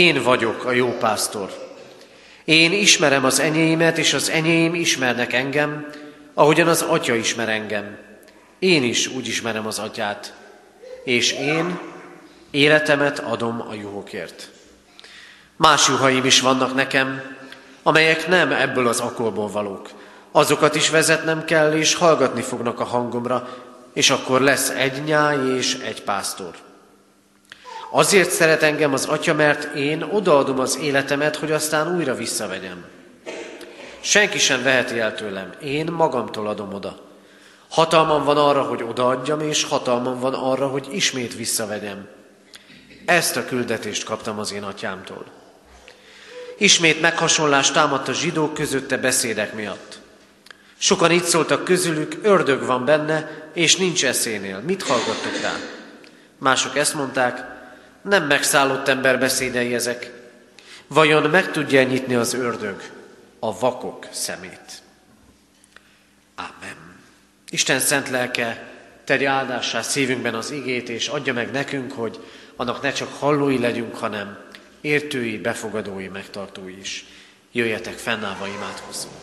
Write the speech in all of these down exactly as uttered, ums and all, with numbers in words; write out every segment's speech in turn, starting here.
én vagyok a jó pásztor. Én ismerem az enyéimet, és az enyéim ismernek engem, ahogyan az Atya ismer engem. Én is úgy ismerem az Atyát, és én életemet adom a juhokért. Más juhaim is vannak nekem, amelyek nem ebből az akolból valók. Azokat is vezetnem kell, és hallgatni fognak a hangomra, és akkor lesz egy nyáj és egy pásztor. Azért szeret engem az Atya, mert én odaadom az életemet, hogy aztán újra visszavegyem. Senki sem veheti el tőlem, én magamtól adom oda. Hatalmam van arra, hogy odaadjam, és hatalmam van arra, hogy ismét visszavegyem. Ezt a küldetést kaptam az én atyámtól. Ismét meghasonlást támadt a zsidók közötte beszédek miatt. Sokan így szóltak közülük, ördög van benne, és nincs eszénél. Mit hallgattok rá? Mások ezt mondták, nem megszállott ember beszédei ezek. Vajon meg tudja nyitni az ördög a vakok szemét? Ámen. Isten szent lelke tegye áldássá szívünkben az igét, és adja meg nekünk, hogy annak ne csak hallói legyünk, hanem értői, befogadói, megtartói is. Jöjjetek, fennállva imádkozzunk.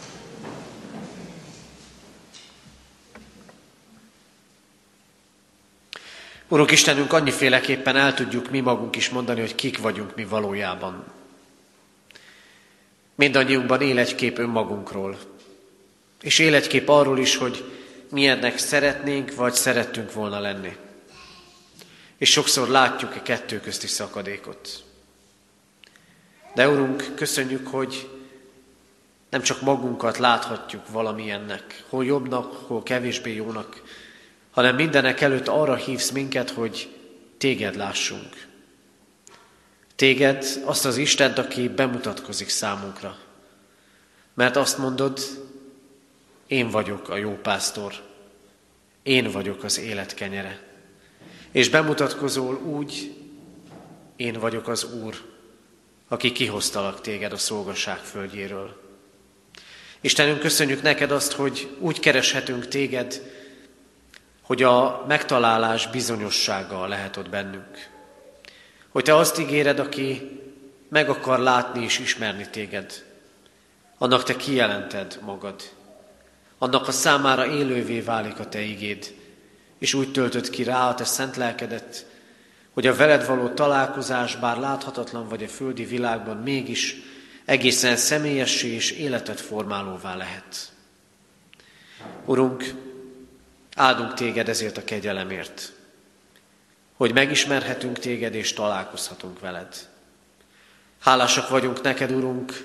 Urunk Istenünk, annyiféleképpen el tudjuk mi magunk is mondani, hogy kik vagyunk mi valójában. Mindannyiunkban él egy kép önmagunkról, és él egy kép arról is, hogy milyennek szeretnénk, vagy szerettünk volna lenni. És sokszor látjuk a kettő közti szakadékot. De Urunk, köszönjük, hogy nem csak magunkat láthatjuk valamilyennek, hol jobbnak, hol kevésbé jónak, hanem mindenek előtt arra hívsz minket, hogy téged lássunk. Téged, azt az Istent, aki bemutatkozik számunkra. Mert azt mondod, én vagyok a jó pásztor, én vagyok az élet kenyere. És bemutatkozol úgy, én vagyok az Úr, aki kihoztalak téged a szolgasság földjéről. Istenünk, köszönjük neked azt, hogy úgy kereshetünk téged, hogy a megtalálás bizonyossága lehet ott bennünk. Hogy te azt ígéred, aki meg akar látni és ismerni téged, annak te kijelented magad. Annak a számára élővé válik a te igéd, és úgy töltöd ki rá a te szent lelkedet, hogy a veled való találkozás, bár láthatatlan vagy a földi világban, mégis egészen személyessé és életet formálóvá lehet. Urunk, áldunk téged ezért a kegyelemért, hogy megismerhetünk téged és találkozhatunk veled. Hálásak vagyunk neked, Urunk,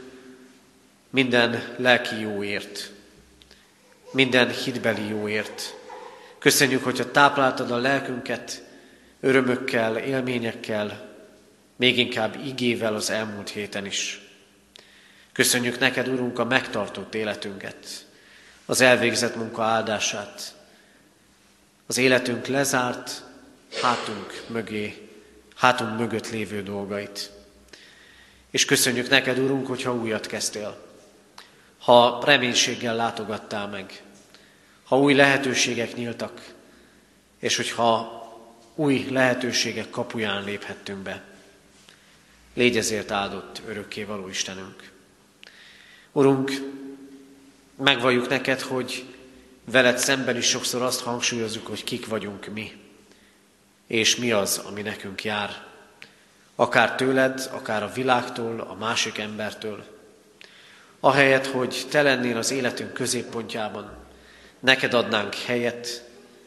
minden lelki jóért, minden hitbeli jóért. Köszönjük, hogyha tápláltad a lelkünket örömökkel, élményekkel, még inkább igével az elmúlt héten is. Köszönjük neked, Urunk, a megtartott életünket, az elvégzett munka áldását, az életünk lezárt, hátunk mögé, hátunk mögött lévő dolgait. És köszönjük neked, Urunk, hogyha újat kezdtél, ha reménységgel látogattál meg, ha új lehetőségek nyíltak, és hogyha új lehetőségek kapuján léphettünk be. Légy ezért áldott, örökkévaló Istenünk. Urunk, megvalljuk neked, hogy veled szemben is sokszor azt hangsúlyozzuk, hogy kik vagyunk mi, és mi az, ami nekünk jár. Akár tőled, akár a világtól, a másik embertől. Ahelyett, hogy te lennél az életünk középpontjában, neked adnánk helyet,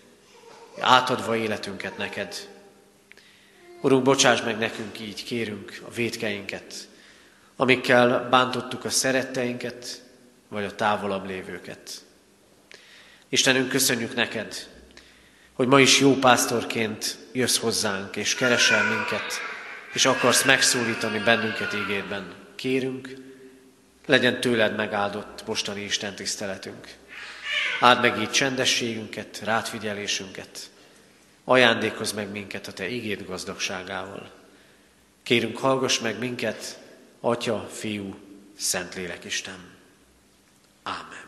átadva életünket neked. Urunk, bocsáss meg nekünk így, kérünk a vétkeinket, amikkel bántottuk a szeretteinket, vagy a távolabb lévőket. Istenünk, köszönjük neked, hogy ma is jó pásztorként jössz hozzánk, és keresel minket, és akarsz megszólítani bennünket ígédben. Kérünk, legyen tőled megáldott mostani Isten tiszteletünk. Áld meg így csendességünket, rádfigyelésünket. Ajándékozz meg minket a te igéd gazdagságával. Kérünk, hallgass meg minket, Atya, Fiú, Szentlélek Isten. Ámen.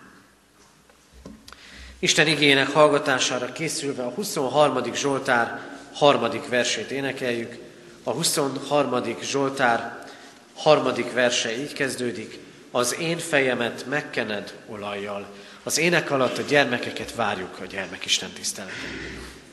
Isten igének hallgatására készülve a huszonharmadik Zsoltár harmadik versét énekeljük. A huszonharmadik Zsoltár Harmadik verse így kezdődik: az én fejemet megkened olajjal. Az ének alatt a gyermekeket várjuk a gyermekisten tiszteleten.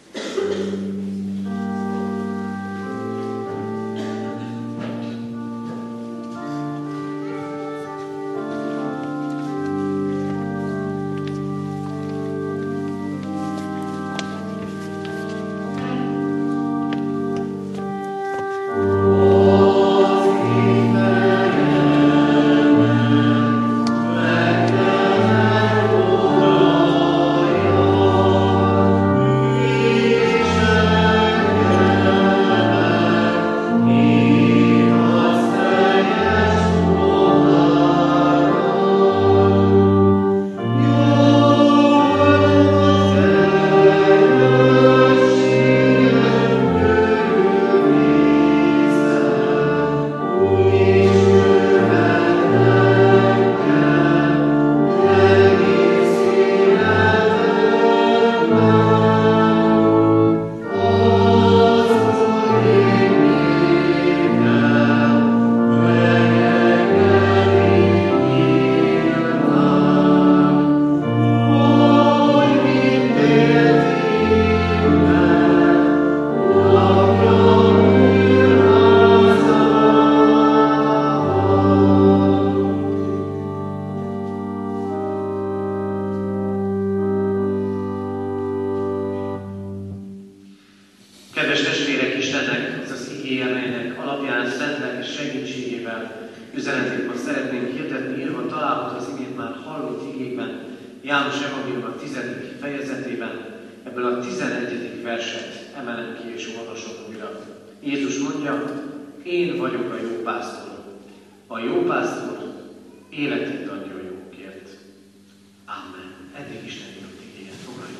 üzenetét most szeretnénk hirdetni, írva található az imént már hallott igékben, János evangélium a tizedik fejezetében, ebből a tizenegyedik verset emelem ki és olvasom újra. Jézus mondja, én vagyok a jó pásztor. A jó pásztor életét adja a jókért. Amen. Eddig Isten írott igéjét fogadjuk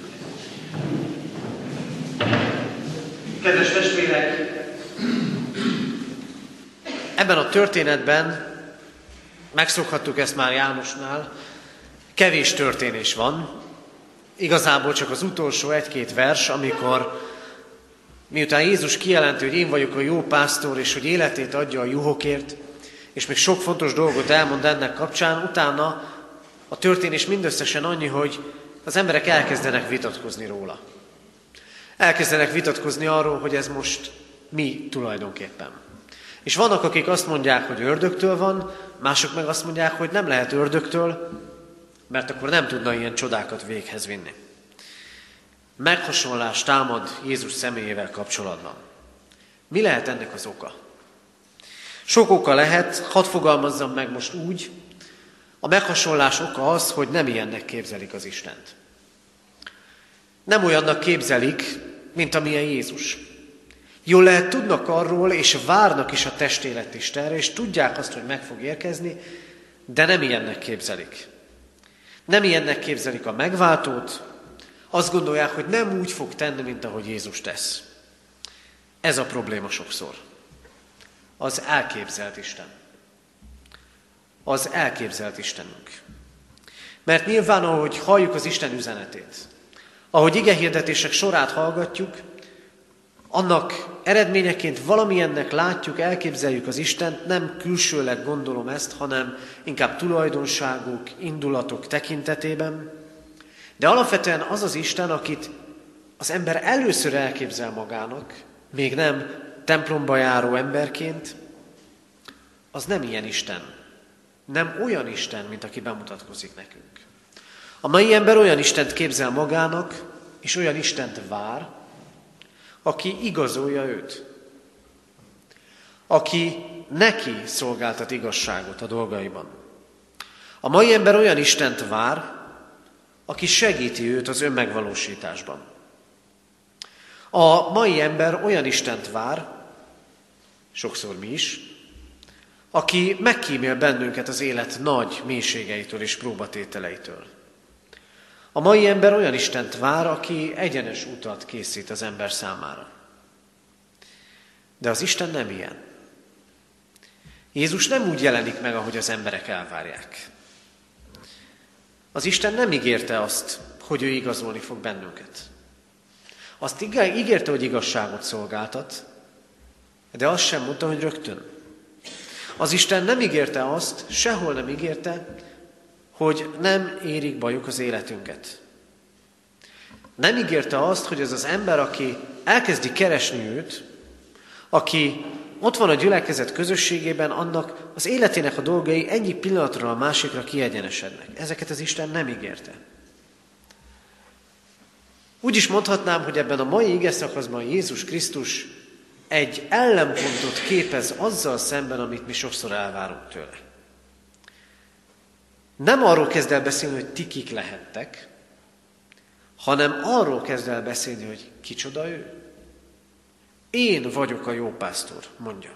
el. Kedves testvérek, ebben a történetben, megszokhattuk ezt már Jánosnál, kevés történés van. Igazából csak az utolsó egy-két vers, amikor miután Jézus kijelenti, hogy én vagyok a jó pásztor, és hogy életét adja a juhokért, és még sok fontos dolgot elmond ennek kapcsán, utána a történés mindösszesen annyi, hogy az emberek elkezdenek vitatkozni róla. Elkezdenek vitatkozni arról, hogy ez most mi tulajdonképpen. És vannak, akik azt mondják, hogy ördögtől van, mások meg azt mondják, hogy nem lehet ördögtől, mert akkor nem tudna ilyen csodákat véghez vinni. Meghasonlás támad Jézus személyével kapcsolatban. Mi lehet ennek az oka? Sok oka lehet, hadd fogalmazzam meg most úgy, a meghasonlás oka az, hogy nem ilyennek képzelik az Istent. Nem olyannak képzelik, mint amilyen Jézus. Jól lehet, tudnak arról, és várnak is a testélet Istenre, és tudják azt, hogy meg fog érkezni, de nem ilyennek képzelik. Nem ilyennek képzelik a megváltót, azt gondolják, hogy nem úgy fog tenni, mint ahogy Jézus tesz. Ez a probléma sokszor. Az elképzelt Isten. Az elképzelt Istenünk. Mert nyilván, ahogy halljuk az Isten üzenetét, ahogy igehirdetések sorát hallgatjuk, annak eredményeként valamilyennek látjuk, elképzeljük az Istent, nem külsőleg gondolom ezt, hanem inkább tulajdonságok, indulatok tekintetében. De alapvetően az az Isten, akit az ember először elképzel magának, még nem templomba járó emberként, az nem ilyen Isten. Nem olyan Isten, mint aki bemutatkozik nekünk. A mai ember olyan Istent képzel magának, és olyan Istent vár, aki igazolja őt. Aki neki szolgáltat igazságot a dolgaiban. A mai ember olyan Istent vár, aki segíti őt az önmegvalósításban. A mai ember olyan Istent vár, sokszor mi is, aki megkímél bennünket az élet nagy mélységeitől és próbatételeitől. A mai ember olyan Istent vár, aki egyenes utat készít az ember számára. De az Isten nem ilyen. Jézus nem úgy jelenik meg, ahogy az emberek elvárják. Az Isten nem ígérte azt, hogy ő igazolni fog bennünket. Azt ígérte, hogy igazságot szolgáltat, de azt sem mondta, hogy rögtön. Az Isten nem ígérte azt, sehol nem ígérte, hogy nem érik bajok az életünket. Nem ígérte azt, hogy az az ember, aki elkezdi keresni őt, aki ott van a gyülekezet közösségében, annak az életének a dolgai egyik pillanatról a másikra kiegyenesednek. Ezeket az Isten nem ígérte. Úgy is mondhatnám, hogy ebben a mai igeszakaszban Jézus Krisztus egy ellenpontot képez azzal szemben, amit mi sokszor elvárunk tőle. Nem arról kezd el beszélni, hogy ti kik lehettek, hanem arról kezd el beszélni, hogy kicsoda ő. Én vagyok a jó pásztor, mondja.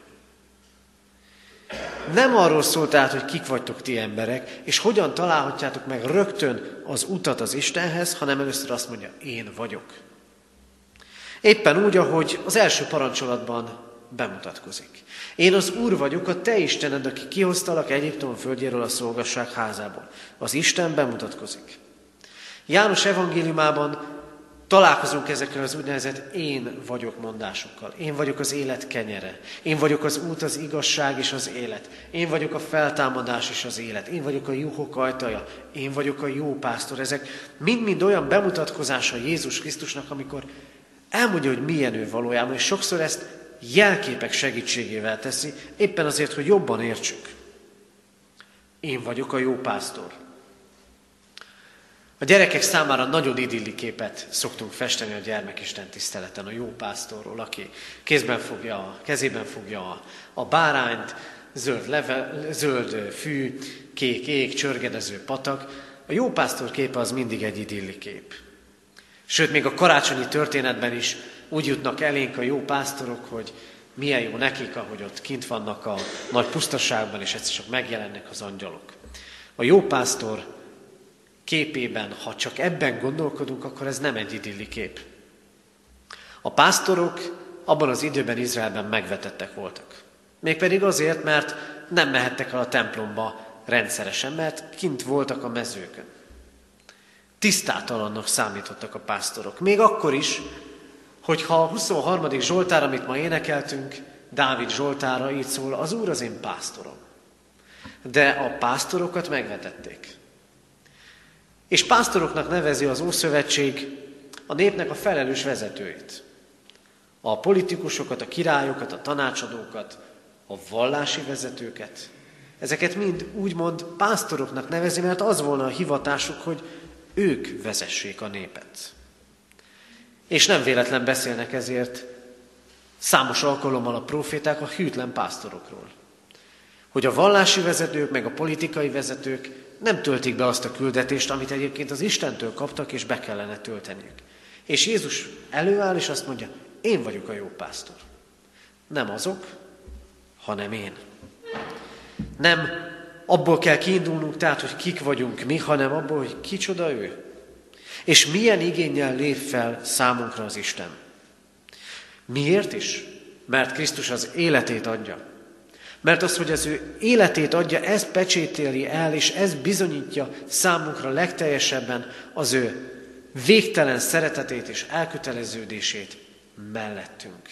Nem arról szól tehát, hogy kik vagytok ti emberek, és hogyan találhatjátok meg rögtön az utat az Istenhez, hanem először azt mondja, én vagyok. Éppen úgy, ahogy az első parancsolatban bemutatkozik. Én az Úr vagyok, a te Istened, aki kihoztalak Egyiptom földjéről a szolgasság házából. Az Isten bemutatkozik. János evangéliumában találkozunk ezekkel az úgynevezett én vagyok mondásokkal. Én vagyok az élet kenyere. Én vagyok az út, az igazság és az élet. Én vagyok a feltámadás és az élet. Én vagyok a juhok ajtaja. Én vagyok a jó pásztor. Ezek mind-mind olyan bemutatkozása Jézus Krisztusnak, amikor elmondja, hogy milyen ő valójában, és sokszor ezt jelképek segítségével teszi, éppen azért, hogy jobban értsük. Én vagyok a jó pásztor. A gyerekek számára nagyon idilli képet szoktunk festeni a gyermekisten tiszteleten a jó pásztorról, aki kézben fogja, kezében fogja a, a bárányt, zöld, leve, zöld fű, kék ég, csörgedező patak. A jó pásztor képe az mindig egy idilli kép. Sőt, még a karácsonyi történetben is úgy jutnak elénk a jó pásztorok, hogy milyen jó nekik, ahogy ott kint vannak a nagy pusztaságban, és egyszer csak megjelennek az angyalok. A jó pásztor képében, ha csak ebben gondolkodunk, akkor ez nem egy idilli kép. A pásztorok abban az időben Izraelben megvetettek voltak. Mégpedig azért, mert nem mehettek el a templomba rendszeresen, mert kint voltak a mezőkön. Tisztátalannak számítottak a pásztorok. Még akkor is, hogyha a huszonharmadik Zsoltár, amit ma énekeltünk, Dávid Zsoltára így szól, az Úr az én pásztorom. De a pásztorokat megvetették. És pásztoroknak nevezi az Ószövetség a népnek a felelős vezetőit. A politikusokat, a királyokat, a tanácsadókat, a vallási vezetőket. Ezeket mind úgymond pásztoroknak nevezi, mert az volna a hivatásuk, hogy ők vezessék a népet. És nem véletlen beszélnek ezért számos alkalommal a próféták a hűtlen pásztorokról. Hogy a vallási vezetők, meg a politikai vezetők nem töltik be azt a küldetést, amit egyébként az Istentől kaptak, és be kellene tölteniük. És Jézus előáll, és azt mondja, én vagyok a jó pásztor. Nem azok, hanem én. Nem abból kell kiindulnunk, tehát, hogy kik vagyunk mi, hanem abból, hogy kicsoda ő. És milyen igénnyel lép fel számunkra az Isten. Miért is? Mert Krisztus az életét adja. Mert az, hogy az ő életét adja, ez pecsétéli el, és ez bizonyítja számunkra legteljesebben az ő végtelen szeretetét és elköteleződését mellettünk.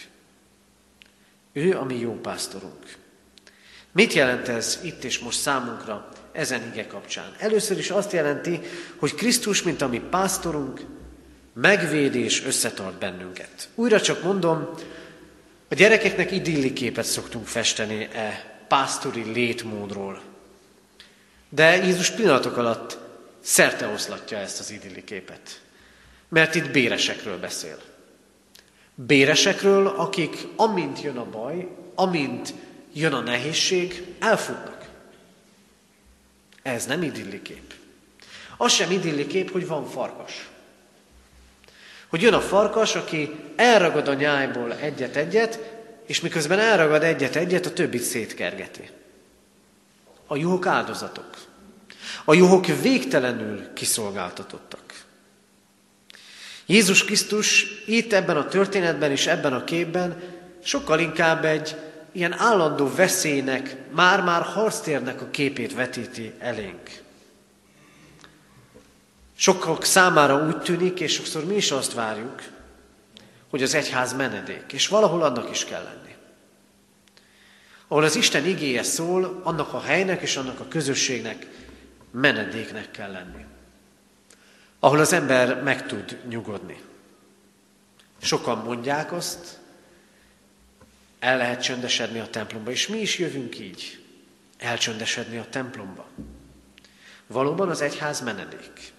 Ő a mi jó pásztorunk. Mit jelent ez itt és most számunkra ezen ige kapcsán? Először is azt jelenti, hogy Krisztus, mint a mi pásztorunk, megvéd és összetart bennünket. Újra csak mondom, a gyerekeknek idilli képet szoktunk festeni e pásztori létmódról. De Jézus pillanatok alatt szerteoszlatja ezt az idilli képet. Mert itt béresekről beszél. Béresekről, akik amint jön a baj, amint jön a nehézség, elfutnak. Ez nem idilli kép. Az sem idilli kép, hogy van farkas. Hogy jön a farkas, aki elragad a nyájból egyet-egyet, és miközben elragad egyet-egyet, a többit szétkergeti. A juhok áldozatok. A juhok végtelenül kiszolgáltatottak. Jézus Krisztus itt ebben a történetben és ebben a képben sokkal inkább egy ilyen állandó veszélynek, már-már harctérnek a képét vetíti elénk. Sokak számára úgy tűnik, és sokszor mi is azt várjuk, hogy az egyház menedék, és valahol annak is kell lenni. ahol az Isten igéje szól, annak a helynek és annak a közösségnek menedéknek kell lenni. Ahol az ember meg tud nyugodni. Sokan mondják azt, el lehet csöndesedni a templomba, és mi is jövünk így, elcsöndesedni a templomba. Valóban az egyház menedék.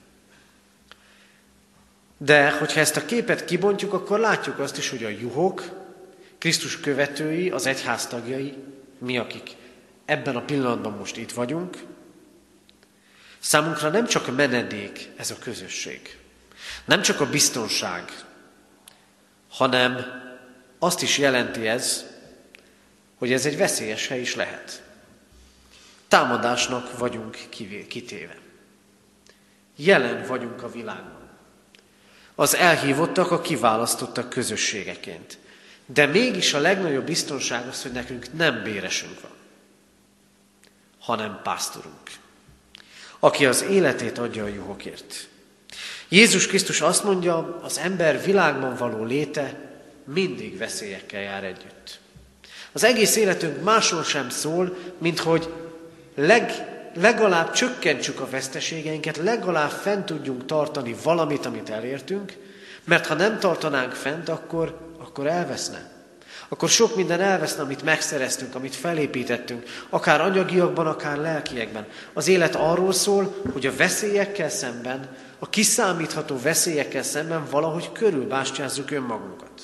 De hogyha ezt a képet kibontjuk, akkor látjuk azt is, hogy a juhok, Krisztus követői, az egyház tagjai, mi, akik ebben a pillanatban most itt vagyunk, számunkra nem csak a menedék ez a közösség, nem csak a biztonság, hanem azt is jelenti ez, hogy ez egy veszélyes hely is lehet. Támadásnak vagyunk kitéve. Jelen vagyunk a világban. Az elhívottak, a kiválasztottak közösségeként. De mégis a legnagyobb biztonság az, hogy nekünk nem béresünk van, hanem pásztorunk, aki az életét adja a juhokért. Jézus Krisztus azt mondja, az ember világban való léte mindig veszélyekkel jár együtt. Az egész életünk máshol sem szól, mint hogy leg, legalább csökkentsük a veszteségeinket, legalább fent tudjunk tartani valamit, amit elértünk, mert ha nem tartanánk fent, akkor, akkor elveszne. Akkor sok minden elveszne, amit megszereztünk, amit felépítettünk, akár anyagiakban, akár lelkiekben. Az élet arról szól, hogy a veszélyekkel szemben, a kiszámítható veszélyekkel szemben valahogy körülbástyázzuk önmagunkat.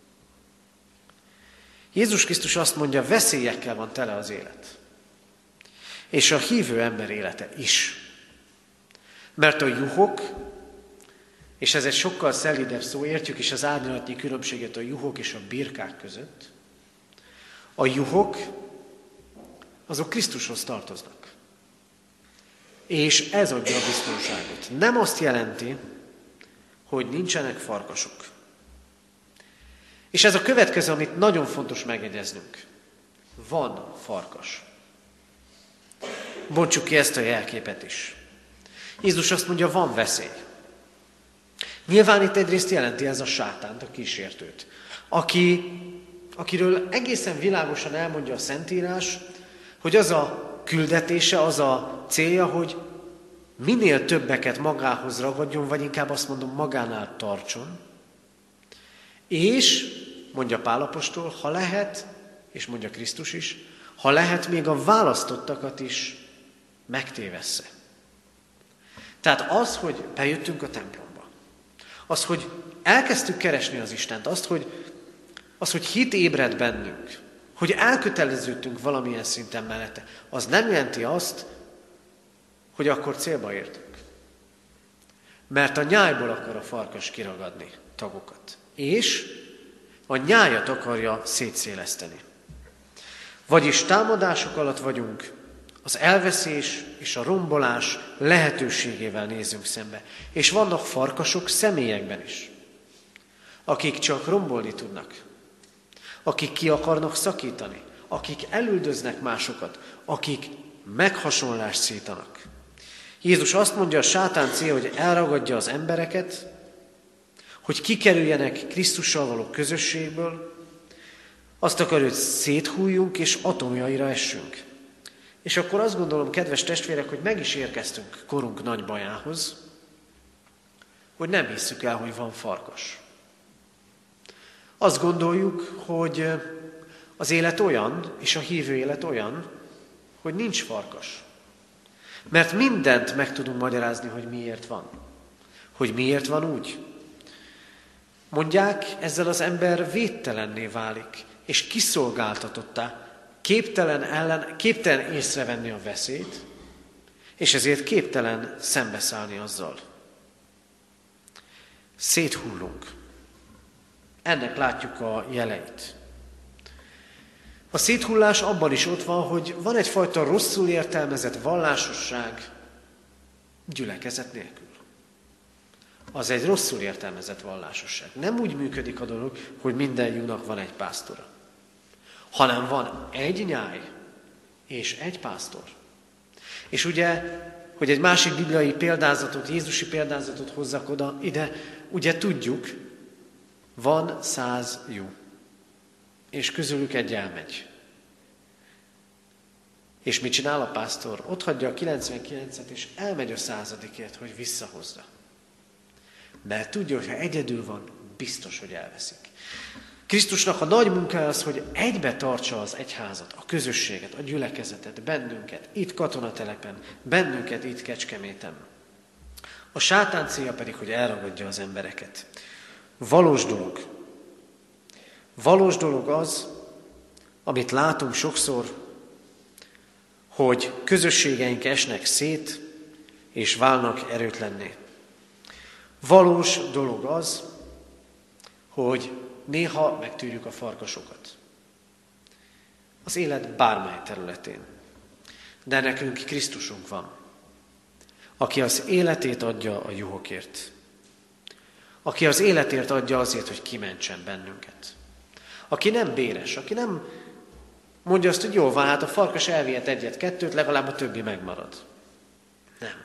Jézus Krisztus azt mondja, veszélyekkel van tele az élet. És a hívő ember élete is. Mert a juhok, és ez egy sokkal szelídebb szó, értjük is az árnyalatnyi különbséget a juhok és a birkák között. A juhok, azok Krisztushoz tartoznak. És ez adja a biztonságot. Nem azt jelenti, hogy nincsenek farkasok. És ez a következő, amit nagyon fontos megjegyeznünk. Van farkas. Bontsuk ki ezt a jelképet is. Jézus azt mondja, van veszély. Nyilván itt egyrészt jelenti ez a sátánt, a kísértőt, aki, akiről egészen világosan elmondja a Szentírás, hogy az a küldetése, az a célja, hogy minél többeket magához ragadjon, vagy inkább azt mondom, magánál tartson, és, mondja Pál apostol, ha lehet, és mondja Krisztus is, ha lehet, még a választottakat is megtévessze. Tehát az, hogy bejöttünk a templomba, az, hogy elkezdtük keresni az Istent, az, hogy, az, hogy hit ébred bennünk, hogy elköteleződtünk valamilyen szinten mellette, az nem jelenti azt, hogy akkor célba értünk. Mert a nyájból akar a farkas kiragadni tagokat. És a nyájat akarja szétszéleszteni. Vagyis támadások alatt vagyunk, az elveszés és a rombolás lehetőségével nézünk szembe. És vannak farkasok személyekben is, akik csak rombolni tudnak, akik ki akarnak szakítani, akik elüldöznek másokat, akik meghasonlást szítanak. Jézus azt mondja, a sátán célja, hogy elragadja az embereket, hogy kikerüljenek Krisztussal való közösségből, azt akarja, hogy széthújjunk és atomjaira essünk. És akkor azt gondolom, kedves testvérek, hogy meg is érkeztünk korunk nagy bajához, hogy nem hisszük el, hogy van farkas. Azt gondoljuk, hogy az élet olyan, és a hívő élet olyan, hogy nincs farkas. Mert mindent meg tudunk magyarázni, hogy miért van. Hogy miért van úgy. Mondják, ezzel az ember védtelenné válik, és kiszolgáltatottá, képtelen, ellen, képtelen észrevenni a veszélyt, és ezért képtelen szembeszállni azzal. Széthullunk. Ennek látjuk a jeleit. A széthullás abban is ott van, hogy van egyfajta rosszul értelmezett vallásosság gyülekezet nélkül. Az egy rosszul értelmezett vallásosság. Nem úgy működik a dolog, hogy minden júnak van egy pásztora, hanem van egy nyáj és egy pásztor. És ugye, hogy egy másik bibliai példázatot, jézusi példázatot hozzak oda, ide, ugye tudjuk, van száz jú, és közülük egy elmegy. És mit csinál a pásztor? Ott hagyja a kilencvenkilencet, és elmegy a századikért, hogy visszahozza. Mert tudja, hogy ha egyedül van, biztos, hogy elveszik. Krisztusnak a nagy munkája az, hogy egybe tartsa az egyházat, a közösséget, a gyülekezetet, bennünket, itt katonatelepen, bennünket itt Kecskeméten. A sátán célja pedig, hogy elragadja az embereket. Valós dolog. Valós dolog az, amit látunk sokszor, hogy közösségeink esnek szét, és válnak erőtlenné. Valós dolog az, hogy néha megtűrjük a farkasokat. Az élet bármely területén. De nekünk Krisztusunk van, aki az életét adja a juhokért. Aki az életért adja azért, hogy kimentsen bennünket. Aki nem béres, aki nem mondja azt, hogy jó van, hát a farkas elvihet egyet-kettőt, legalább a többi megmarad. Nem.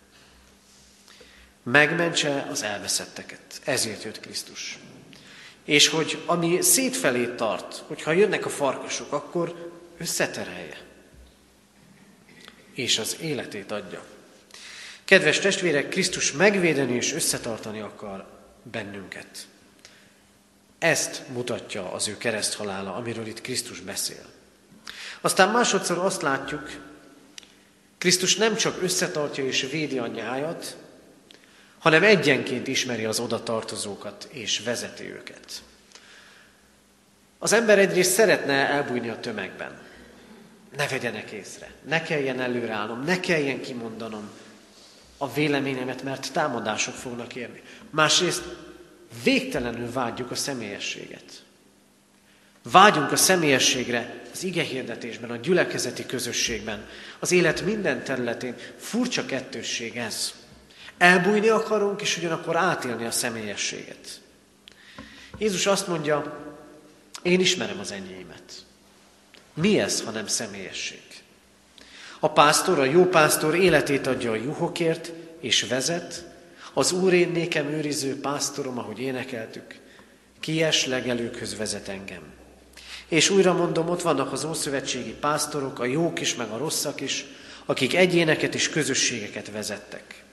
Megmentse az elveszetteket. Ezért jött Krisztus. És hogy ami szétfelé tart, hogyha jönnek a farkasok, akkor összeterelje. És az életét adja. Kedves testvérek, Krisztus megvédeni és összetartani akar bennünket. Ezt mutatja az ő kereszthalála, amiről itt Krisztus beszél. Aztán másodszor azt látjuk, Krisztus nem csak összetartja és védi a nyájat, hanem egyenként ismeri az oda tartozókat és vezeti őket. Az ember egyrészt szeretne elbújni a tömegben. Ne vegyenek észre, ne kelljen előreállnom, ne kelljen kimondanom a véleményemet, mert támadások fognak érni. Másrészt végtelenül vágyjuk a személyességet. Vágyunk a személyességre az igehirdetésben, a gyülekezeti közösségben, az élet minden területén. Furcsa kettősség ez. Elbújni akarunk, és ugyanakkor átélni a személyességet. Jézus azt mondja, én ismerem az enyémet. Mi ez, ha nem személyesség? A pásztor, a jó pásztor életét adja a juhokért, és vezet. Az Úr én nékem őriző pásztorom, ahogy énekeltük, kies legelőkhöz vezet engem. És újra mondom, ott vannak az ószövetségi pásztorok, a jók is, meg a rosszak is, akik egyéneket és közösségeket vezettek.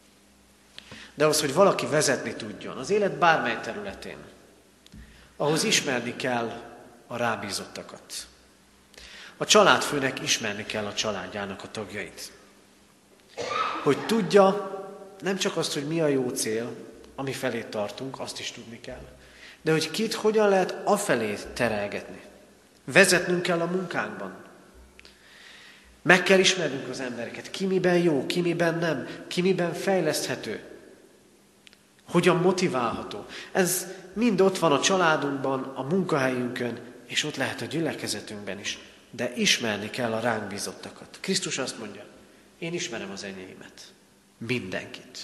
De ahhoz, hogy valaki vezetni tudjon, az élet bármely területén, ahhoz ismerni kell a rábízottakat. A családfőnek ismerni kell a családjának a tagjait. Hogy tudja nem csak azt, hogy mi a jó cél, ami felé tartunk, azt is tudni kell, de hogy kit hogyan lehet afelé terelgetni. Vezetnünk kell a munkánkban. Meg kell ismernünk az embereket, ki miben jó, ki miben nem, ki miben fejleszthető, hogyan motiválható. Ez mind ott van a családunkban, a munkahelyünkön, és ott lehet a gyülekezetünkben is. De ismerni kell a ránk bízottakat. Krisztus azt mondja, én ismerem az enyémet. Mindenkit.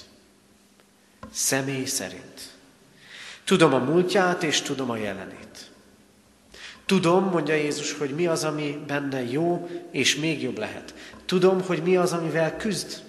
Személy szerint. Tudom a múltját, és tudom a jelenét. Tudom, mondja Jézus, hogy mi az, ami benne jó, és még jobb lehet. Tudom, hogy mi az, amivel küzd.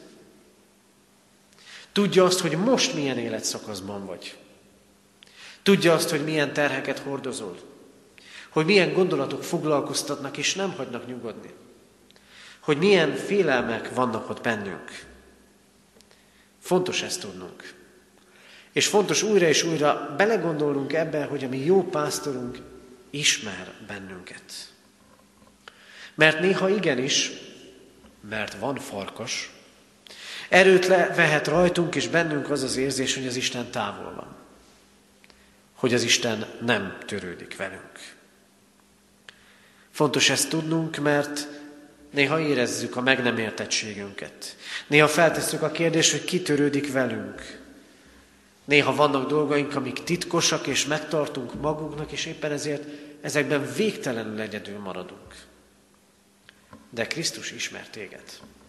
Tudja azt, hogy most milyen életszakaszban vagy. Tudja azt, hogy milyen terheket hordozol. Hogy milyen gondolatok foglalkoztatnak, és nem hagynak nyugodni. Hogy milyen félelmek vannak ott bennünk. Fontos ezt tudnunk. És fontos újra és újra belegondolnunk ebben, hogy a mi jó pásztorunk ismer bennünket. Mert néha igenis, mert van farkas, erőt vehet rajtunk és bennünk az az érzés, hogy az Isten távol van. Hogy az Isten nem törődik velünk. Fontos ezt tudnunk, mert néha érezzük a meg nem értettségünket. Néha feltesszük a kérdést, hogy ki törődik velünk. Néha vannak dolgaink, amik titkosak, és megtartunk magunknak, és éppen ezért ezekben végtelenül egyedül maradunk. De Krisztus ismer téged.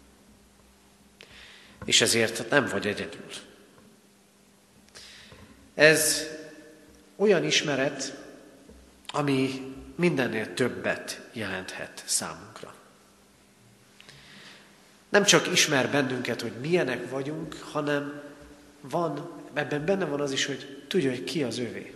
És ezért nem vagy egyedül. Ez olyan ismeret, ami mindennél többet jelenthet számunkra. Nem csak ismer bennünket, hogy milyenek vagyunk, hanem van, ebben benne van az is, hogy tudja, hogy ki az övé.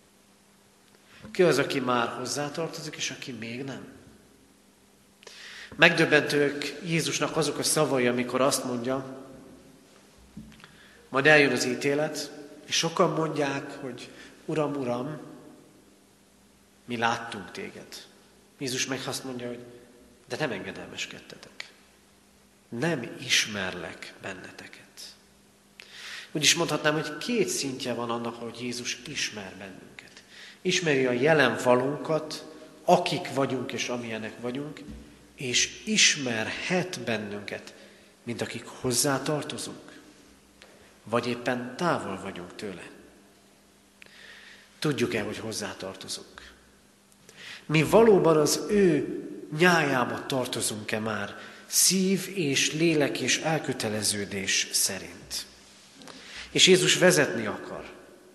Ki az, aki már hozzátartozik, és aki még nem. Megdöbbentők Jézusnak azok a szavai, amikor azt mondja, majd eljön az ítélet, és sokan mondják, hogy Uram, Uram, mi láttunk téged. Jézus meg azt mondja, hogy de nem engedelmeskedtetek. Nem ismerlek benneteket. Úgy is mondhatnám, hogy két szintje van annak, hogy Jézus ismer bennünket. Ismeri a jelen valónkat, akik vagyunk és amilyenek vagyunk, és ismerhet bennünket, mint akik hozzá tartozunk, vagy éppen távol vagyunk tőle. Tudjuk-e, hogy hozzá tartozunk? Mi valóban az ő nyájába tartozunk-e már, szív és lélek és elköteleződés szerint? És Jézus vezetni akar.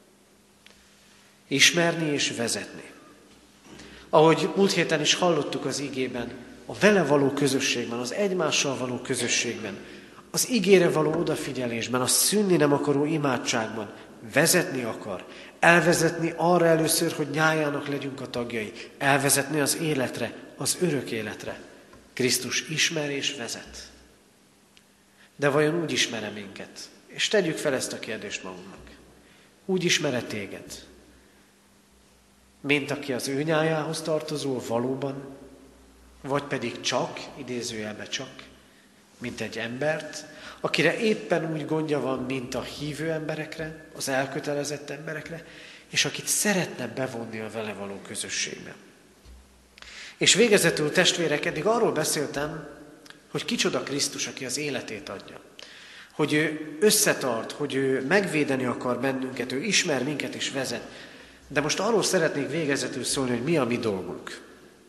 Ismerni és vezetni. Ahogy múlt héten is hallottuk az igében, a vele való közösségben, az egymással való közösségben, az igére való odafigyelésben, a szűnni nem akaró imádságban vezetni akar. Elvezetni arra először, hogy nyájának legyünk a tagjai. Elvezetni az életre, az örök életre. Krisztus ismer és vezet. De vajon úgy ismer-e minket? És tegyük fel ezt a kérdést magunknak. Úgy ismer-e téged? Mint aki az ő nyájához tartozó valóban, vagy pedig csak, idézőjelben csak, mint egy embert, akire éppen úgy gondja van, mint a hívő emberekre, az elkötelezett emberekre, és akit szeretne bevonni a vele való közösségbe. És végezetül, testvérek, eddig arról beszéltem, hogy kicsoda Krisztus, aki az életét adja. Hogy ő összetart, hogy ő megvédeni akar bennünket, ő ismer minket és vezet. De most arról szeretnék végezetül szólni, hogy mi a mi dolgunk.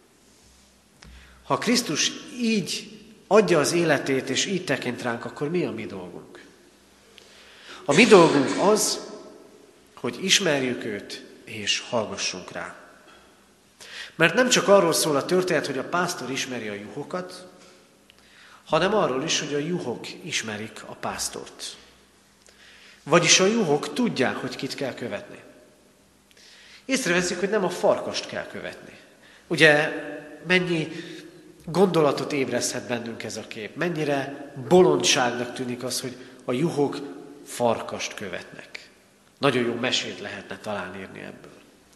Ha Krisztus így adja az életét, és így tekint ránk, akkor mi a mi dolgunk? A mi dolgunk az, hogy ismerjük őt, és hallgassunk rá. Mert nem csak arról szól a történet, hogy a pásztor ismeri a juhokat, hanem arról is, hogy a juhok ismerik a pásztort. Vagyis a juhok tudják, hogy kit kell követni. Észreveszik, hogy nem a farkast kell követni. Ugye mennyi gondolatot ébreszthet bennünk ez a kép. Mennyire bolondságnak tűnik az, hogy a juhok farkast követnek. Nagyon jó mesét lehetne talán írni ebből.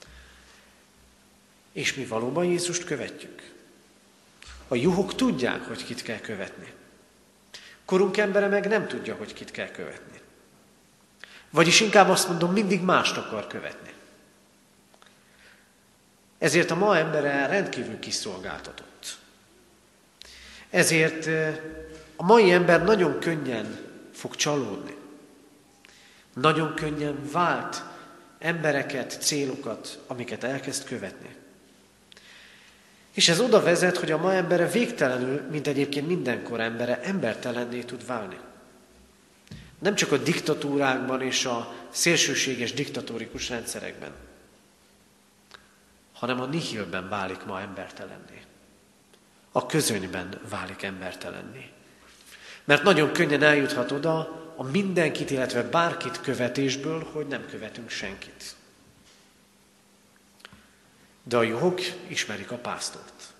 És mi valóban Jézust követjük? A juhok tudják, hogy kit kell követni. Korunk embere meg nem tudja, hogy kit kell követni. Vagyis inkább azt mondom, mindig mást akar követni. Ezért a ma embere rendkívül kiszolgáltatott. Ezért a mai ember nagyon könnyen fog csalódni. Nagyon könnyen vált embereket, célokat, amiket elkezd követni. És ez oda vezet, hogy a ma embere végtelenül, mint egyébként mindenkor embere, embertelenné tud válni. Nem csak a diktatúrákban és a szélsőséges diktatórikus rendszerekben, hanem a nihilben válik ma embertelenné. A közönyben válik embertelenné. Mert nagyon könnyen eljuthat oda a mindenkit, illetve bárkit követésből, hogy nem követünk senkit. De a juhok ismerik a pásztort.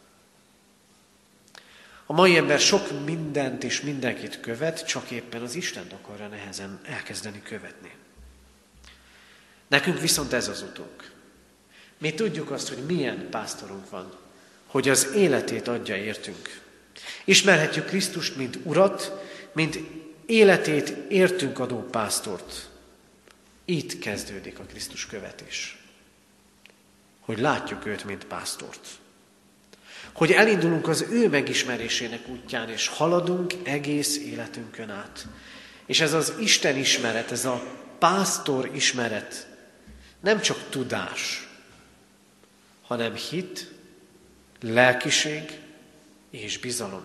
A mai ember sok mindent és mindenkit követ, csak éppen az Istent akarja nehezen elkezdeni követni. Nekünk viszont ez az utunk. Mi tudjuk azt, hogy milyen pásztorunk van, hogy az életét adja értünk. Ismerhetjük Krisztust, mint Urat, mint életét értünk adó pásztort. Itt kezdődik a Krisztus követés. Hogy látjuk őt, mint pásztort. Hogy elindulunk az ő megismerésének útján, és haladunk egész életünkön át. És ez az Isten ismeret, ez a pásztor ismeret nem csak tudás, hanem hit, lelkiség és bizalom.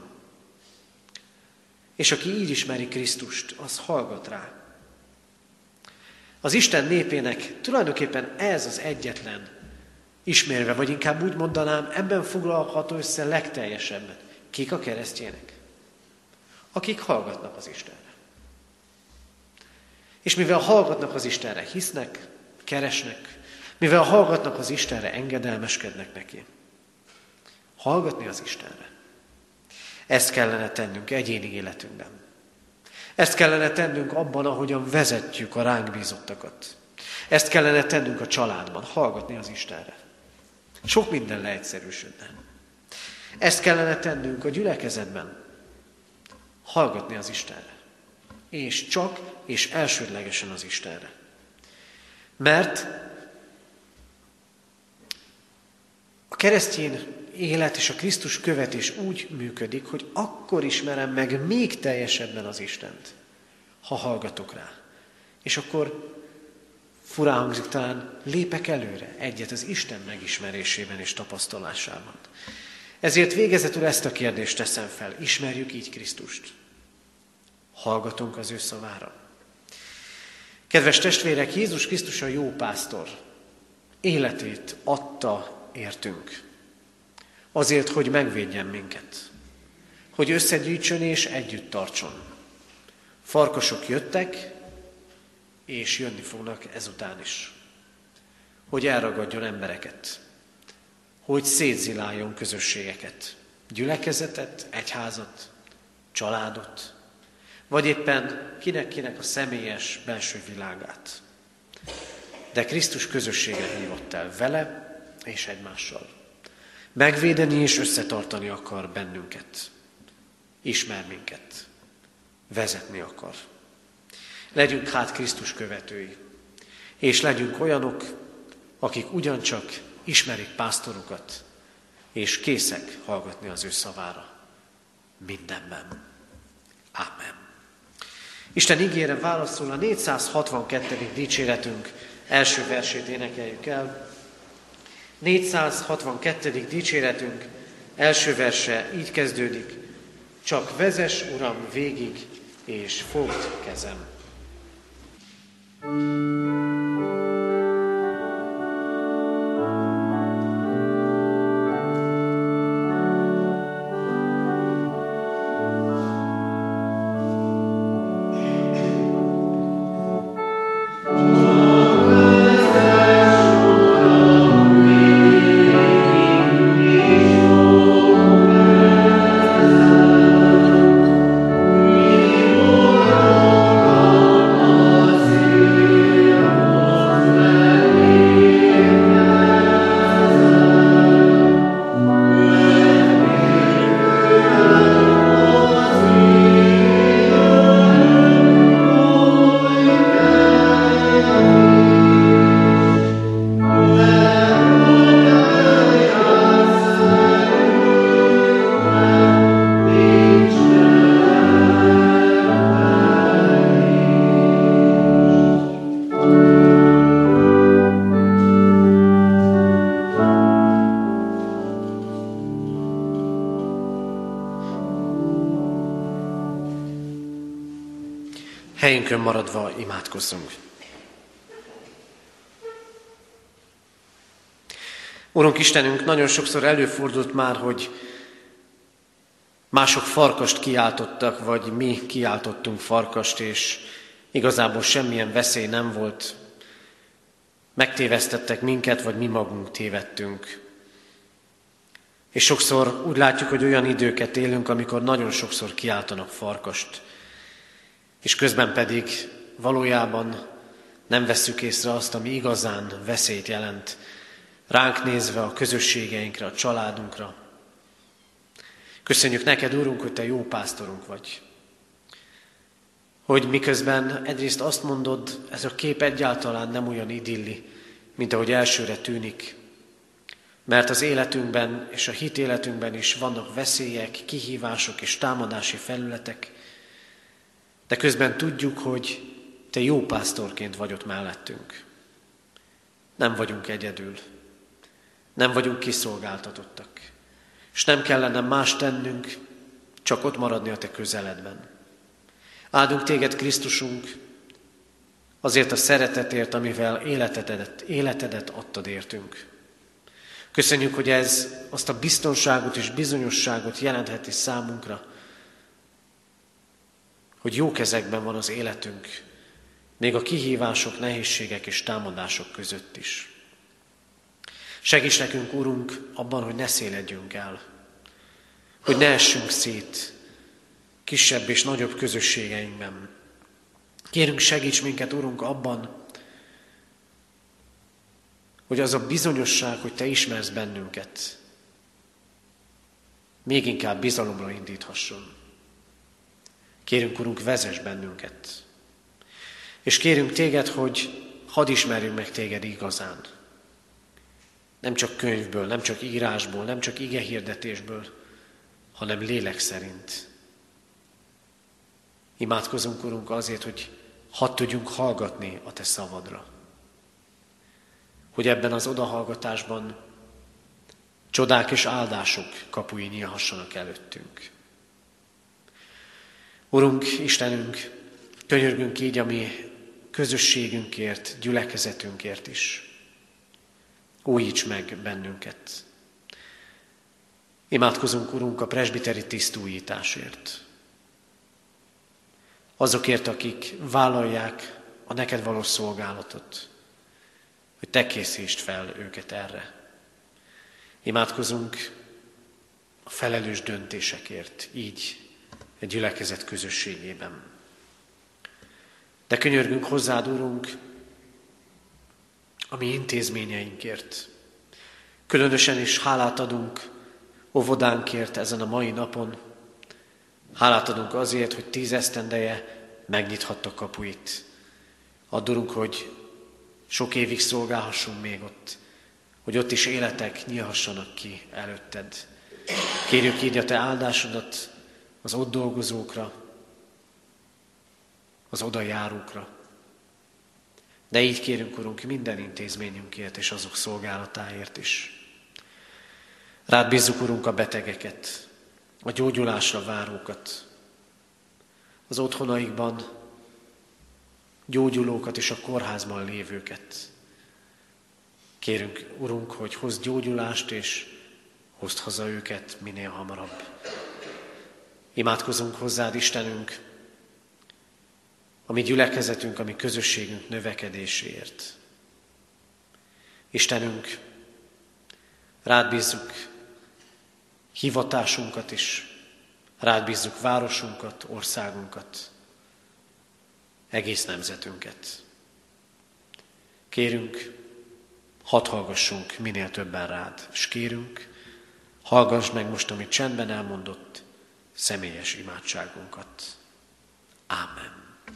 És aki így ismeri Krisztust, az hallgat rá. Az Isten népének tulajdonképpen ez az egyetlen ismérve, vagy inkább úgy mondanám, ebben foglalható össze legteljesebben. Kik a keresztjének? Akik hallgatnak az Istenre. És mivel hallgatnak az Istenre, hisznek, keresnek, mivel hallgatnak az Istenre, engedelmeskednek neki. Hallgatni az Istenre. Ezt kellene tennünk egyéni életünkben. Ezt kellene tennünk abban, ahogyan vezetjük a ránk bízottakat. Ezt kellene tennünk a családban, hallgatni az Istenre. Sok minden leegyszerűsödne. Ezt kellene tennünk a gyülekezetben, hallgatni az Istenre. És csak és elsődlegesen az Istenre. Mert a keresztény élet és a Krisztus követés úgy működik, hogy akkor ismerem meg még teljesebben az Istent, ha hallgatok rá. És akkor furán hangzik, talán lépek előre egyet az Isten megismerésében és tapasztalásában. Ezért végezetül ezt a kérdést teszem fel. Ismerjük így Krisztust? Hallgatunk az ő szavára? Kedves testvérek, Jézus Krisztus a jó pásztor. Életét adta értünk. Azért, hogy megvédjen minket. Hogy összegyűjtsön és együtt tartson. Farkasok jöttek, és jönni fognak ezután is. Hogy elragadjon embereket. Hogy szétziláljon közösségeket. Gyülekezetet, egyházat, családot. Vagy éppen kinek-kinek a személyes belső világát. De Krisztus közösséget hívott el vele és egymással. Megvédeni és összetartani akar bennünket. Ismer minket. Vezetni akar. Legyünk hát Krisztus követői. És legyünk olyanok, akik ugyancsak ismerik pásztorukat, és készek hallgatni az ő szavára. Mindenben. Ámen. Isten ígére válaszol a négyszázhatvankettedik dicséretünk első versét énekeljük el. négyszázhatvankettedik dicséretünk első verse így kezdődik. Csak vezess, Uram, végig, és fogd kezem. Helyünkön maradva imádkozzunk. Urunk Istenünk, nagyon sokszor előfordult már, hogy mások farkast kiáltottak, vagy mi kiáltottunk farkast, és igazából semmilyen veszély nem volt. Megtévesztettek minket, vagy mi magunk tévedtünk. És sokszor úgy látjuk, hogy olyan időket élünk, amikor nagyon sokszor kiáltanak farkast, és közben pedig valójában nem vesszük észre azt, ami igazán veszélyt jelent, ránk nézve, a közösségeinkre, a családunkra. Köszönjük neked, Úrunk, hogy te jó pásztorunk vagy. Hogy miközben egyrészt azt mondod, ez a kép egyáltalán nem olyan idilli, mint ahogy elsőre tűnik, mert az életünkben és a hit életünkben is vannak veszélyek, kihívások és támadási felületek, de közben tudjuk, hogy te jó pásztorként vagy ott mellettünk. Nem vagyunk egyedül, nem vagyunk kiszolgáltatottak, és nem kellene más tennünk, csak ott maradni a te közeledben. Áldunk téged, Krisztusunk, azért a szeretetért, amivel életedet, életedet adtad értünk. Köszönjük, hogy ez azt a biztonságot és bizonyosságot jelentheti számunkra, hogy jó kezekben van az életünk, még a kihívások, nehézségek és támadások között is. Segíts nekünk, Urunk, abban, hogy ne széledjünk el, hogy ne essünk szét kisebb és nagyobb közösségeinkben. Kérünk, segíts minket, Urunk, abban, hogy az a bizonyosság, hogy Te ismersz bennünket, még inkább bizalomra indíthasson. Kérünk, Urunk, vezess bennünket. És kérünk Téged, hogy hadd ismerjünk meg Téged igazán. Nem csak könyvből, nem csak írásból, nem csak igehirdetésből, hanem lélek szerint. Imádkozunk, Urunk, azért, hogy hadd tudjunk hallgatni a Te szavadra. Hogy ebben az odahallgatásban csodák és áldások kapui nyílhassanak előttünk. Urunk, Istenünk, könyörgünk így a mi közösségünkért, gyülekezetünkért is. Újíts meg bennünket. Imádkozunk, Urunk, a presbiteri tisztújításért. Azokért, akik vállalják a neked való szolgálatot, hogy Te készítsd fel őket erre. Imádkozunk a felelős döntésekért, így egy gyülekezet közösségében. De könyörgünk hozzád, Urunk, a mi intézményeinkért. Különösen is hálát adunk óvodánkért ezen a mai napon. Hálát adunk azért, hogy tíz esztendeje megnyithatta kapuit. Add, Urunk, hogy sok évig szolgálhassunk még ott, hogy ott is életek nyílhassanak ki előtted. Kérjük így a Te áldásodat az ott dolgozókra, az oda járókra. De így kérünk, Urunk, minden intézményünkért és azok szolgálatáért is. Rád bízzuk, Urunk, a betegeket, a gyógyulásra várókat, az otthonaikban gyógyulókat és a kórházban lévőket. Kérünk, Urunk, hogy hozd gyógyulást, és hozd haza őket minél hamarabb. Imádkozunk hozzád, Istenünk, a mi gyülekezetünk, a mi közösségünk növekedéséért. Istenünk, rád bízzuk hivatásunkat is, rád bízzuk városunkat, országunkat, egész nemzetünket. Kérünk, hadd hallgassunk minél többen rád, és kérünk, hallgass meg most, amit csendben elmondott, személyes imádságunkat. Ámen.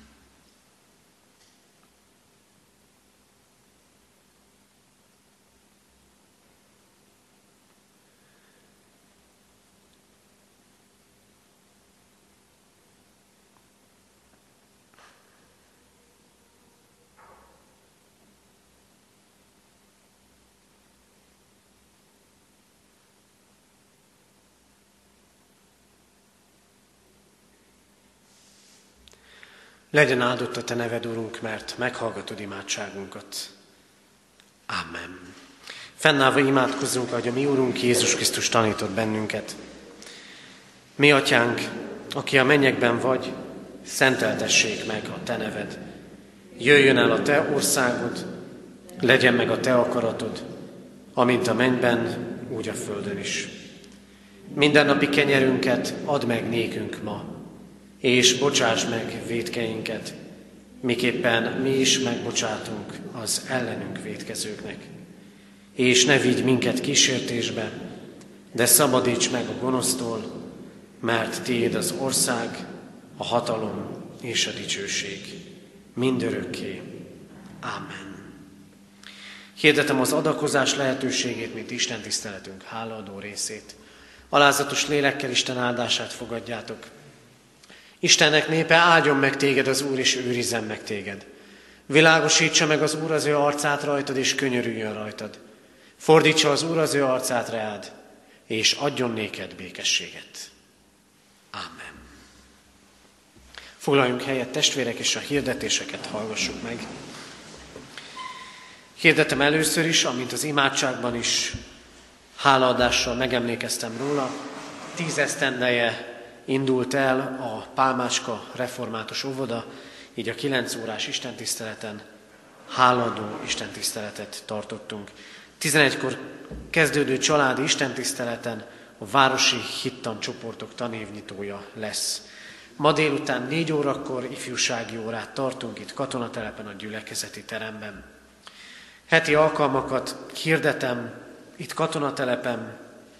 Legyen áldott a Te neved, Urunk, mert meghallgatod imádságunkat. Ámen. Fennállva imádkozzunk, ahogy a mi Urunk Jézus Krisztus tanított bennünket. Mi Atyánk, aki a mennyekben vagy, szenteltessék meg a Te neved. Jöjjön el a Te országod, legyen meg a Te akaratod, amint a mennyben, úgy a földön is. Mindennapi kenyerünket add meg nékünk ma, és bocsáss meg vétkeinket, miképpen mi is megbocsátunk az ellenünk vétkezőknek. És ne vigy minket kísértésbe, de szabadíts meg a gonosztól, mert Tiéd az ország, a hatalom és a dicsőség mindörökké. Ámen. Hirdetem az adakozás lehetőségét, mint Isten tiszteletünk hálaadó részét. Alázatos lélekkel Isten áldását fogadjátok. Istennek népe, áldjon meg téged az Úr, és őrizzen meg téged. Világosítsa meg az Úr az ő arcát rajtad, és könyörüljön rajtad. Fordítsa az Úr az ő arcát reád, és adjon néked békességet. Ámen. Foglaljunk helyet, testvérek, és a hirdetéseket hallgassuk meg. Hirdetem először is, amint az imádságban is hálaadással megemlékeztem róla, tíz esztendeje indult el a Pálmácska református óvoda, így a kilenc órás istentiszteleten hálaadó istentiszteletet tartottunk. tizenegykor kezdődő családi istentiszteleten a városi hittancsoportok tanévnyitója lesz. Ma délután négy órakor ifjúsági órát tartunk itt Katonatelepen, a gyülekezeti teremben. Heti alkalmakat hirdetem itt Katonatelepen.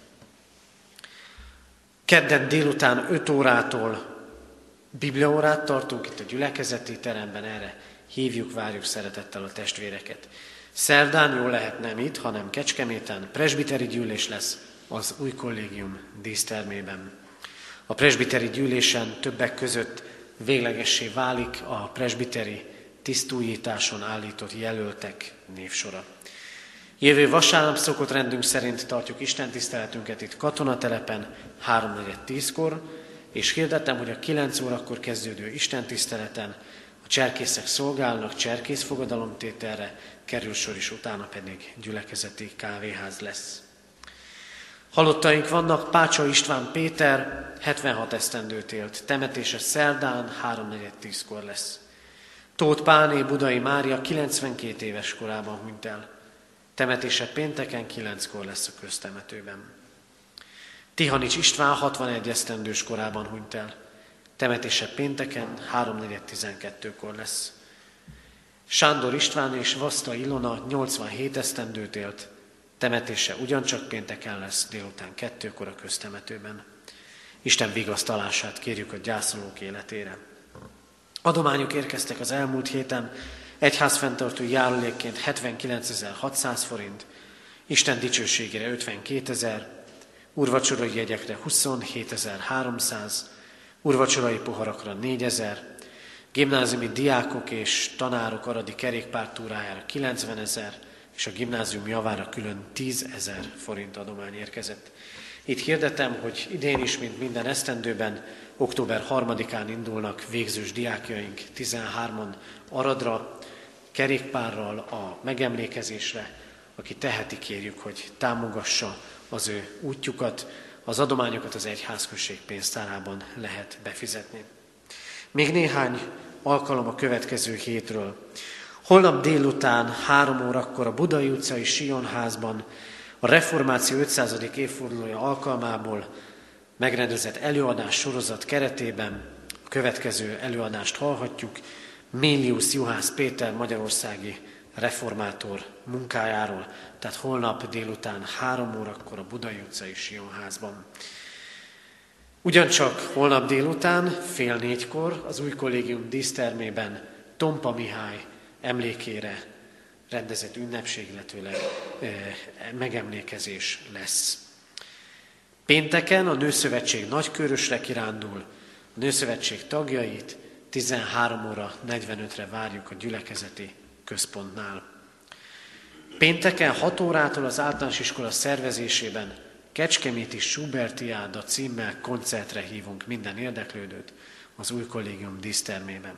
Kedden délután öt órától bibliaórát tartunk itt a gyülekezeti teremben, erre hívjuk, várjuk szeretettel a testvéreket. Szerdán jól lehet nem itt, hanem Kecskeméten presbiteri gyűlés lesz az új kollégium dísztermében. A presbiteri gyűlésen többek között véglegessé válik a presbiteri tisztújításon állított jelöltek névsora. Jövő vasárnap szokott rendünk szerint tartjuk istentiszteletünket itt Katonatelepen háromnegyed tízkor, és hirdetem, hogy a kilenc órakor kezdődő istentiszteleten a cserkészek szolgálnak, cserkészfogadalomtételre kerül sor, és utána pedig gyülekezeti kávéház lesz. Halottaink vannak, Pácsa István Péter hetvenhat esztendőt élt, temetése szerdán háromnegyed tízkor lesz. Tóth Pálné Budai Mária kilencvenkét éves korában hunyt el, temetése pénteken kilenckor lesz a köztemetőben. Tihanics István hatvanegy esztendős korában hunyt el, temetése pénteken háromnegyed tizenkettőkor lesz. Sándor István és Vaszta Ilona nyolcvanhét esztendőt élt, temetése ugyancsak pénteken lesz délután kettőkor a köztemetőben. Isten vigasztalását kérjük a gyászolók életére. Adományok érkeztek az elmúlt héten, egyházfenntartó járulékként hetvenkilencezer-hatszáz forint, Isten dicsőségére ötvenkétezer, úrvacsorai jegyekre huszonhétezer-háromszáz, úrvacsorai poharakra négyezer, gimnáziumi diákok és tanárok aradi kerékpártúrájára kilencvenezer, és a gimnázium javára külön tízezer forint adomány érkezett. Itt hirdetem, hogy idén is, mint minden esztendőben, október harmadikán indulnak végzős diákjaink tizenhárman Aradra, kerékpárral a megemlékezésre. Aki teheti, kérjük, hogy támogassa az ő útjukat, az adományokat az egyházközség pénztárában lehet befizetni. Még néhány alkalom a következő hétről. Holnap délután három órakor a Budai utcai Sionházban a Reformáció ötszázadik évfordulója alkalmából megrendezett előadás sorozat keretében a következő előadást hallhatjuk. Mélius Juhász Péter magyarországi reformátor munkájáról, tehát holnap délután három órakor a Budai utcai Sionházban. Ugyancsak holnap délután fél négykor az új kollégium dísztermében Tompa Mihály emlékére rendezett ünnepség, illetőleg e, megemlékezés lesz. Pénteken a Nőszövetség Nagykörösre kirándul, a Nőszövetség tagjait tizenhárom óra negyvenötre várjuk a gyülekezeti központnál. Pénteken hat órától az általános iskola szervezésében Kecskeméti Schubertiáda címmel koncertre hívunk minden érdeklődőt az új kollégium dísztermében.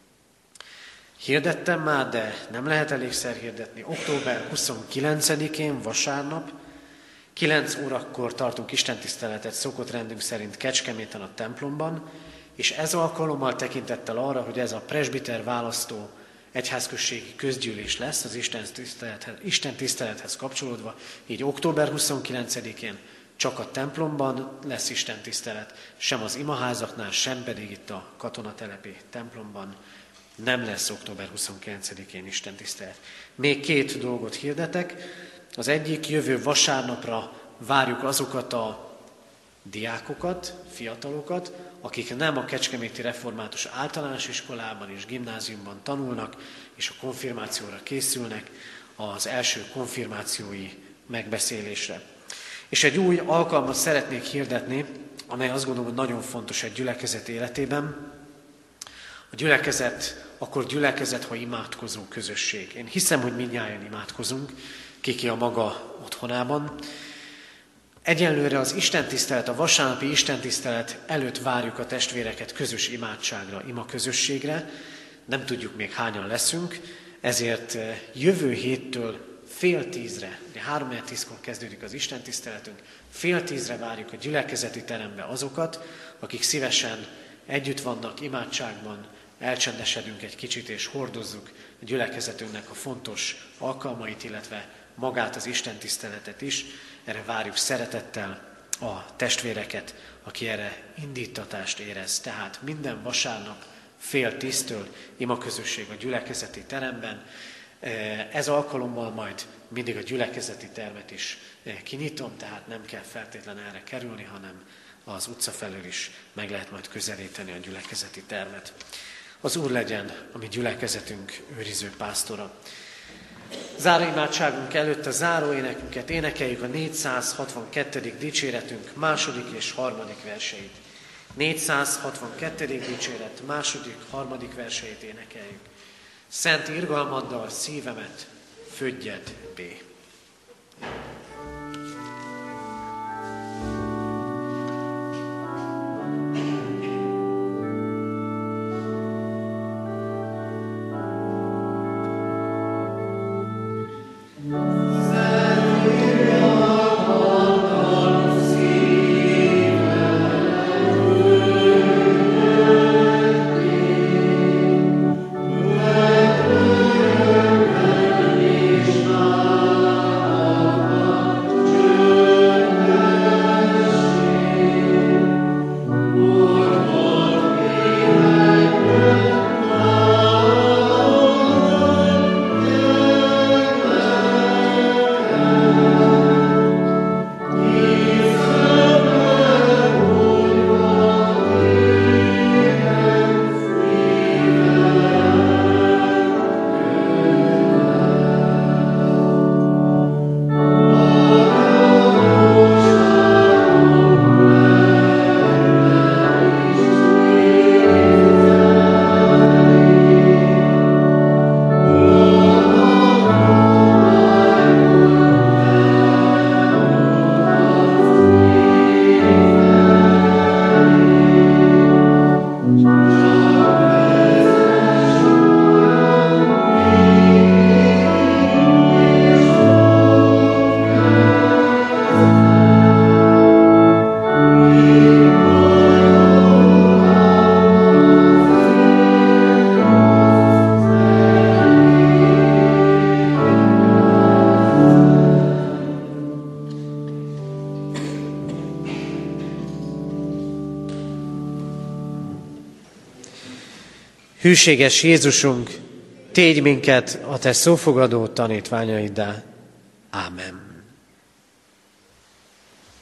Hirdettem már, de nem lehet elégszer hirdetni. október huszonkilencedikén vasárnap kilenc órakor tartunk istentiszteletet szokott rendünk szerint Kecskeméten a templomban, és ez alkalommal tekintettel arra, hogy ez a presbiter választó egyházközségi közgyűlés lesz az Isten tisztelethez, Isten tisztelethez kapcsolódva, így október huszonkilencedikén csak a templomban lesz Isten tisztelet, sem az imaházaknál, sem pedig itt a katonatelepi templomban nem lesz október huszonkilencedikén Isten tisztelet. Még két dolgot hirdetek. Az egyik, jövő vasárnapra várjuk azokat a diákokat, fiatalokat, akik nem a Kecskeméti Református Általános Iskolában és Gimnáziumban tanulnak, és a konfirmációra készülnek, az első konfirmációi megbeszélésre. És egy új alkalmat szeretnék hirdetni, amely azt gondolom, hogy nagyon fontos egy gyülekezet életében. A gyülekezet, akkor gyülekezet, ha imádkozó közösség. Én hiszem, hogy mindnyájan imádkozunk, kiki a maga otthonában. Egyenlőre az istentisztelet, a vasárnapi istentisztelet előtt várjuk a testvéreket közös imádságra, ima közösségre. Nem tudjuk még hányan leszünk, ezért jövő héttől fél tízre, de három tízkor kezdődik az istentiszteletünk, fél tízre várjuk a gyülekezeti terembe azokat, akik szívesen együtt vannak imádságban, elcsendesedünk egy kicsit és hordozzuk a gyülekezetünknek a fontos alkalmait, illetve magát az istentiszteletet is. Erre várjuk szeretettel a testvéreket, aki erre indítatást érez. Tehát minden vasárnap fél tíztől imaközösség a gyülekezeti teremben. Ez alkalommal majd mindig a gyülekezeti termet is kinyitom, tehát nem kell feltétlenül erre kerülni, hanem az utca felől is meg lehet majd közelíteni a gyülekezeti termet. Az Úr legyen a mi gyülekezetünk őriző pásztora. Záróimádságunk előtt a záróénekünket énekeljük, a négyszázhatvankettedik dicséretünk második és harmadik verseit. négyszázhatvankettedik dicséret második, harmadik verseit énekeljük. Szent irgalmaddal szívemet födjed bé. Hűséges Jézusunk, tégy minket a te szófogadó tanítványaiddá. Ámen.